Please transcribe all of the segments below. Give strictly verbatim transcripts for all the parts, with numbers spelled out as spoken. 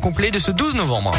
complet de ce douze novembre.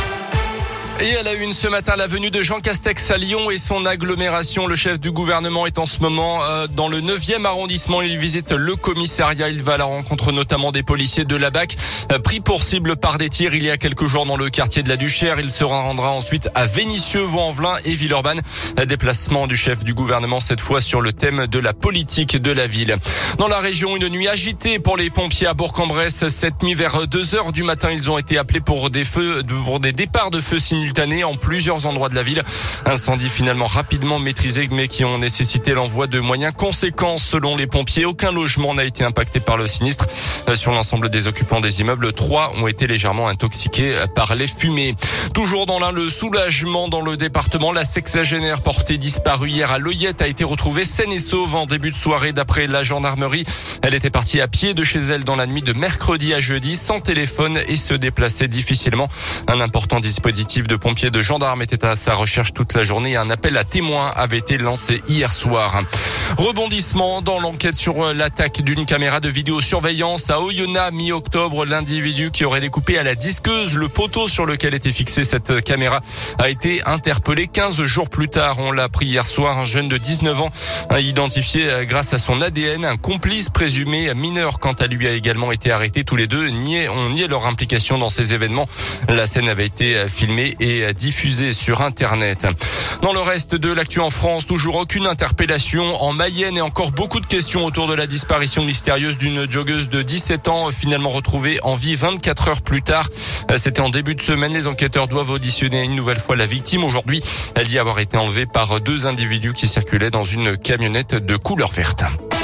Et à la une ce matin, la venue de Jean Castex à Lyon et son agglomération. Le chef du gouvernement est en ce moment euh, dans le neuvième arrondissement. Il visite le commissariat. Il va à la rencontre notamment des policiers de la B A C, euh, pris pour cible par des tirs il y a quelques jours dans le quartier de la Duchère. Il se rendra ensuite à Vénissieux, Vaux-en-Velin et Villeurbanne. Déplacement du chef du gouvernement cette fois sur le thème de la politique de la ville. Dans la région, une nuit agitée pour les pompiers à Bourg-en-Bresse. Cette nuit vers deux heures du matin, ils ont été appelés pour des feux, pour des départs de feux simultanés en plusieurs endroits de la ville. Incendie finalement rapidement maîtrisé, mais qui ont nécessité l'envoi de moyens conséquents selon les pompiers. Aucun logement n'a été impacté par le sinistre. Sur l'ensemble des occupants des immeubles, trois ont été légèrement intoxiqués par les fumées. Toujours dans l'un, le soulagement dans le département. La sexagénaire portée disparue hier à Loyette a été retrouvée saine et sauve en début de soirée d'après la gendarmerie. Elle était partie à pied de chez elle dans la nuit de mercredi à jeudi sans téléphone et se déplaçait difficilement. Un important dispositif de pompiers de gendarmes était à sa recherche toute la journée et un appel à témoins avait été lancé hier soir. Rebondissement dans l'enquête sur l'attaque d'une caméra de vidéosurveillance à Oyonnax mi-octobre. L'individu qui aurait découpé à la disqueuse le poteau sur lequel était fixée cette caméra a été interpellé quinze jours plus tard. On l'a appris hier soir. Un jeune de dix-neuf ans a identifié grâce à son A D N un complice présumé mineur. Quant à lui, a également été arrêté. Tous les deux niaient, on niait leur implication dans ces événements. La scène avait été filmée et diffusée sur Internet. Dans le reste de l'actu en France, toujours aucune interpellation en Mayenne et encore beaucoup de questions autour de la disparition mystérieuse d'une joggeuse de dix-sept ans finalement retrouvée en vie vingt-quatre heures plus tard. C'était en début de semaine. Les enquêteurs doivent auditionner une nouvelle fois la victime. Aujourd'hui, elle dit avoir été enlevée par deux individus qui circulaient dans une camionnette de couleur verte.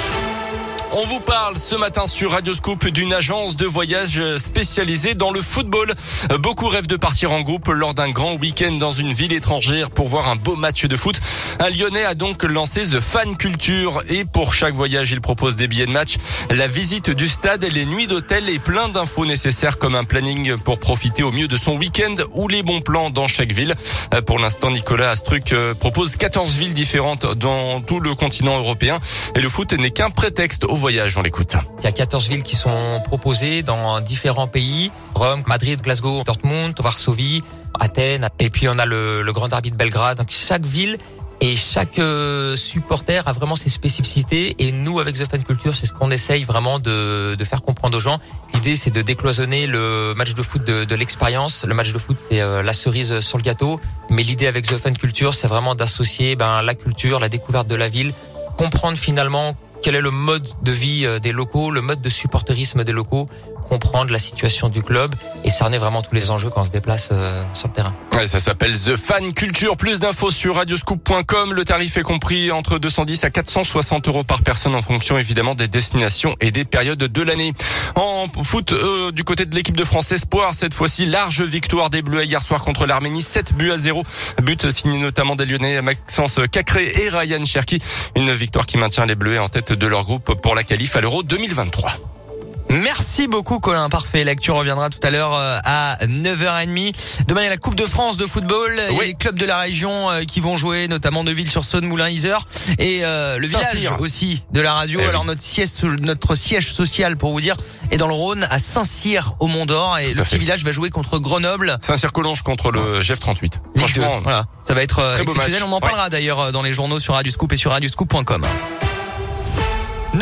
On vous parle ce matin sur Radio Scoop d'une agence de voyage spécialisée dans le football. Beaucoup rêvent de partir en groupe lors d'un grand week-end dans une ville étrangère pour voir un beau match de foot. Un Lyonnais a donc lancé The Fan Culture et pour chaque voyage, il propose des billets de match, la visite du stade, les nuits d'hôtel et plein d'infos nécessaires comme un planning pour profiter au mieux de son week-end ou les bons plans dans chaque ville. Pour l'instant, Nicolas Astruc propose quatorze villes différentes dans tout le continent européen et le foot n'est qu'un prétexte au voyage, on l'écoute. Il y a quatorze villes qui sont proposées dans différents pays. Rome, Madrid, Glasgow, Dortmund, Varsovie, Athènes. Et puis on a le, le Grand Derby de Belgrade. Donc chaque ville et chaque euh, supporter a vraiment ses spécificités. Et nous, avec The Fan Culture, c'est ce qu'on essaye vraiment de, de faire comprendre aux gens. L'idée, c'est de décloisonner le match de foot de, de l'expérience. Le match de foot, c'est euh, la cerise sur le gâteau. Mais l'idée avec The Fan Culture, c'est vraiment d'associer ben, la culture, la découverte de la ville, comprendre finalement quel est le mode de vie des locaux, le mode de supporterisme des locaux, comprendre la situation du club et cerner vraiment tous les enjeux quand on se déplace euh, sur le terrain. Ouais, ça s'appelle The Fan Culture. Plus d'infos sur radioscoop point com. Le tarif est compris entre deux cent dix à quatre cent soixante euros par personne en fonction évidemment des destinations et des périodes de l'année. En foot, euh, du côté de l'équipe de France Espoir, cette fois-ci, large victoire des Bleus hier soir contre l'Arménie, sept buts à zéro. But signé notamment des Lyonnais Maxence Cacré et Ryan Cherki. Une victoire qui maintient les Bleus en tête de leur groupe pour la qualif à l'Euro deux mille vingt-trois. Merci beaucoup Colin, parfait. L'actu reviendra tout à l'heure à neuf heures trente. Demain il y a la Coupe de France de football. Il y a les clubs de la région qui vont jouer, notamment Neuville-sur-Saône, Moulins-Isère et euh, le village Saint-Cyr aussi de la radio. Eh Alors oui. notre siège, notre siège social pour vous dire est dans le Rhône à Saint-Cyr au Mont-d'Or et Tout le à petit fait. village va jouer contre Grenoble. Saint-Cyr-Collonges contre le G F trente-huit. Ligue deux. Franchement, Voilà, ça va être très beau exceptionnel. match. On en parlera d'ailleurs dans les journaux sur Radio Scoop et sur radioscoop point com.